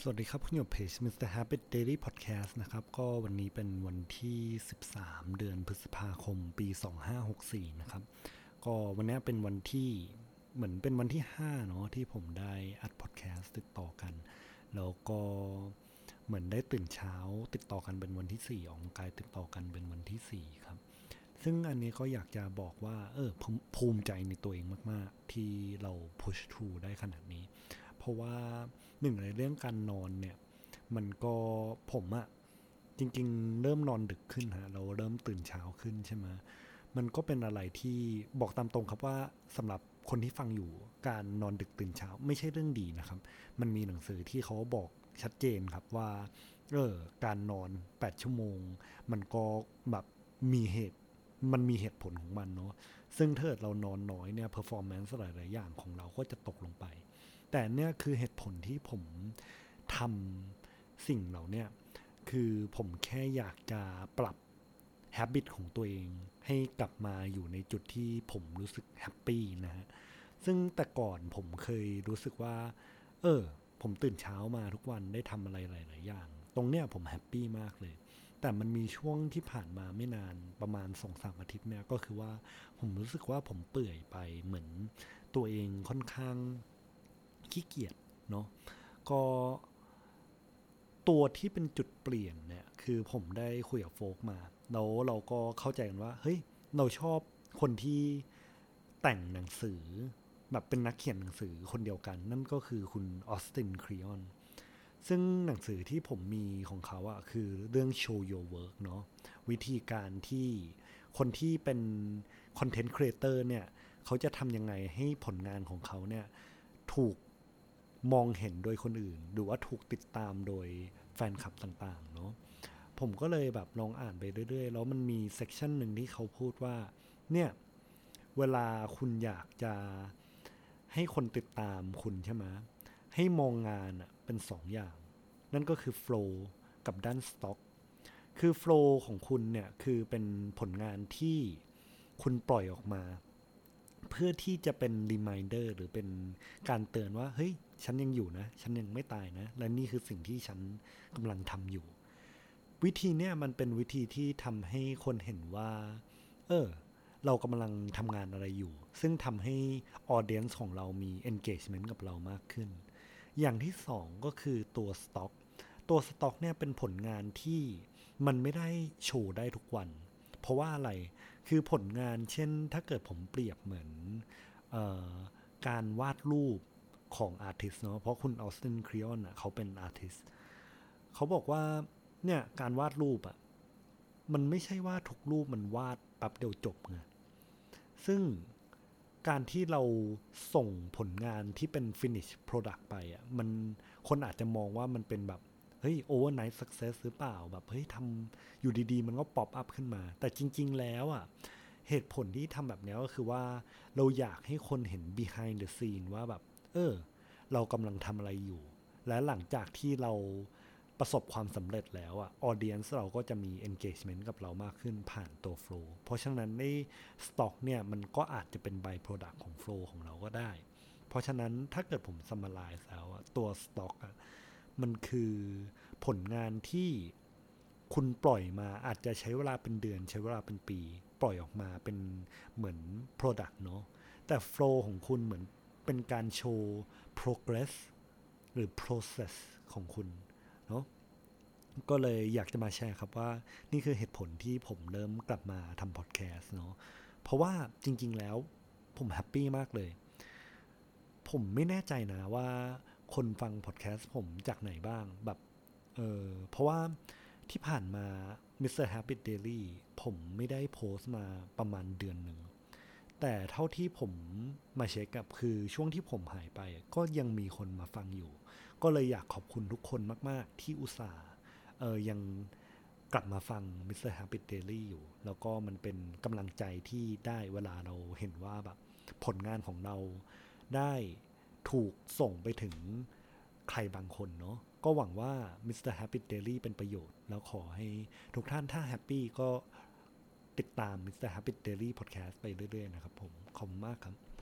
สวัสดีครับคุณอยู่เพจ Mr. Habit Daily Podcast นะครับก็วันนี้เป็นวันที่13เดือนพฤษภาคมปี2564นะครับก็วันนี้เป็นวันที่เหมือนเป็นวันที่5เนาะที่ผมได้อัดพอดแคสต์ติดต่อกันแล้วก็เหมือนได้ตื่นเช้าติดต่อกันเป็นวันที่4ออกกำลังกายติดต่อกันเป็นวันที่4ครับซึ่งอันนี้ก็อยากจะบอกว่าผมภูมิใจในตัวเองมากๆที่เรา push through ได้ขนาดนี้เพราะว่าหนึ่งในเรื่องการนอนเนี่ยมันก็ผมอะจริงๆเริ่มนอนดึกขึ้นฮะเราเริ่มตื่นเช้าขึ้นใช่ไหมมันก็เป็นอะไรที่บอกตามตรงครับว่าสำหรับคนที่ฟังอยู่การนอนดึกตื่นเช้าไม่ใช่เรื่องดีนะครับมันมีหนังสือที่เขาบอกชัดเจนครับว่าการนอน8ชั่วโมงมันก็แบบมีเหตุมันมีเหตุผลของมันเนาะซึ่งถ้าเรานอนน้อยเนี่ย performance หลายๆอย่างของเราก็จะตกลงไปแต่เนี่ยคือเหตุผลที่ผมทำสิ่งเหล่านี้คือผมแค่อยากจะปรับ habit ของตัวเองให้กลับมาอยู่ในจุดที่ผมรู้สึกแฮปปี้นะฮะซึ่งแต่ก่อนผมเคยรู้สึกว่าผมตื่นเช้ามาทุกวันได้ทำอะไรหลายๆอย่างตรงเนี้ยผมแฮปปี้มากเลยแต่มันมีช่วงที่ผ่านมาไม่นานประมาณ 2-3 อาทิตย์เนี่ยก็คือว่าผมรู้สึกว่าผมเปื่อยไปเหมือนตัวเองค่อนข้างขี้เกียจเนาะก็ตัวที่เป็นจุดเปลี่ยนเนี่ยคือผมได้คุยกับโฟกมาแล้วเราก็เข้าใจกันว่าเฮ้ยเราชอบคนที่แต่งหนังสือแบบเป็นนักเขียนหนังสือคนเดียวกันนั่นก็คือคุณออสตินครีออนซึ่งหนังสือที่ผมมีของเขาอะคือเรื่อง show your work เนาะวิธีการที่คนที่เป็นคอนเทนต์ครีเอเตอร์เนี่ยเขาจะทำยังไงให้ผลงานของเขาเนี่ยถูกมองเห็นโดยคนอื่นหรือว่าถูกติดตามโดยแฟนคลับต่างๆเนาะผมก็เลยแบบลองอ่านไปเรื่อยๆแล้วมันมีเซกชันหนึ่งที่เขาพูดว่าเนี่ยเวลาคุณอยากจะให้คนติดตามคุณใช่ไหมให้มองงานเป็นสองอย่างนั่นก็คือ flow กับด้าน stock คือ flow ของคุณเนี่ยคือเป็นผลงานที่คุณปล่อยออกมาเพื่อที่จะเป็น reminder หรือเป็นการเตือนว่าเฮ้ยฉันยังอยู่นะฉันยังไม่ตายนะและนี่คือสิ่งที่ฉันกำลังทำอยู่วิธีเนี้ยมันเป็นวิธีที่ทำให้คนเห็นว่าเออเรากำลังทำงานอะไรอยู่ซึ่งทำให้ audience ของเรามี engagement กับเรามากขึ้นอย่างที่สองก็คือตัว stock ตัว stock เนี่ยเป็นผลงานที่มันไม่ได้โชว์ได้ทุกวันเพราะว่าอะไรคือผลงานเช่นถ้าเกิดผมเปรียบเหมือนเออการวาดรูปของอาร์ติสเนาะเพราะคุณออสตินครีออนเขาเป็นอาร์ติสเขาบอกว่าเนี่ยการวาดรูปมันไม่ใช่ว่าทุกรูปมันวาดแป๊บเดียวจบไงซึ่งการที่เราส่งผลงานที่เป็น finish product ไปมันคนอาจจะมองว่ามันเป็นแบบเฮ้ย overnight success หรือเปล่าแบบเฮ้ยทำอยู่ดีๆมันก็ pop up ขึ้นมาแต่จริงๆแล้วเหตุผลที่ทำแบบนี้ก็คือว่าเราอยากให้คนเห็น behind the scene ว่าแบบเรากำลังทำอะไรอยู่และหลังจากที่เราประสบความสำเร็จแล้วaudience เราก็จะมี engagement กับเรามากขึ้นผ่านตัว flow เพราะฉะนั้นใน stock เนี่ยมันก็อาจจะเป็น by product ของ flow ของเราก็ได้เพราะฉะนั้นถ้าเกิดผม summarize แล้วตัว stock มันคือผลงานที่คุณปล่อยมาอาจจะใช้เวลาเป็นเดือนใช้เวลาเป็นปีปล่อยออกมาเป็นเหมือน product เนาะแต่ flow ของคุณเหมือนเป็นการโชว์ progress หรือ process ของคุณเนาะก็เลยอยากจะมาแชร์ครับว่านี่คือเหตุผลที่ผมเริ่มกลับมาทำพอดแคสต์เนาะเพราะว่าจริงๆแล้วผมแฮปปี้มากเลยผมไม่แน่ใจนะว่าคนฟังพอดแคสต์ผมจากไหนบ้างแบบเพราะว่าที่ผ่านมา Mr. Habit Daily ผมไม่ได้โพสต์มาประมาณเดือนหนึ่ง แต่เท่าที่ผมมาเช็คกับคือช่วงที่ผมหายไปก็ยังมีคนมาฟังอยู่ก็เลยอยากขอบคุณทุกคนมากๆที่อุตส่าห์ยังกลับมาฟัง Mr. Habit Daily อยู่แล้วก็มันเป็นกำลังใจที่ได้เวลาเราเห็นว่าแบบผลงานของเราได้ถูกส่งไปถึงใครบางคนเนาะก็หวังว่า Mr. Habit Daily เป็นประโยชน์แล้วขอให้ทุกท่านถ้าแฮปปี้ก็ติดตาม Mr. Habit Daily Podcast ไปเรื่อยๆนะครับผมขอบคุณมากครับ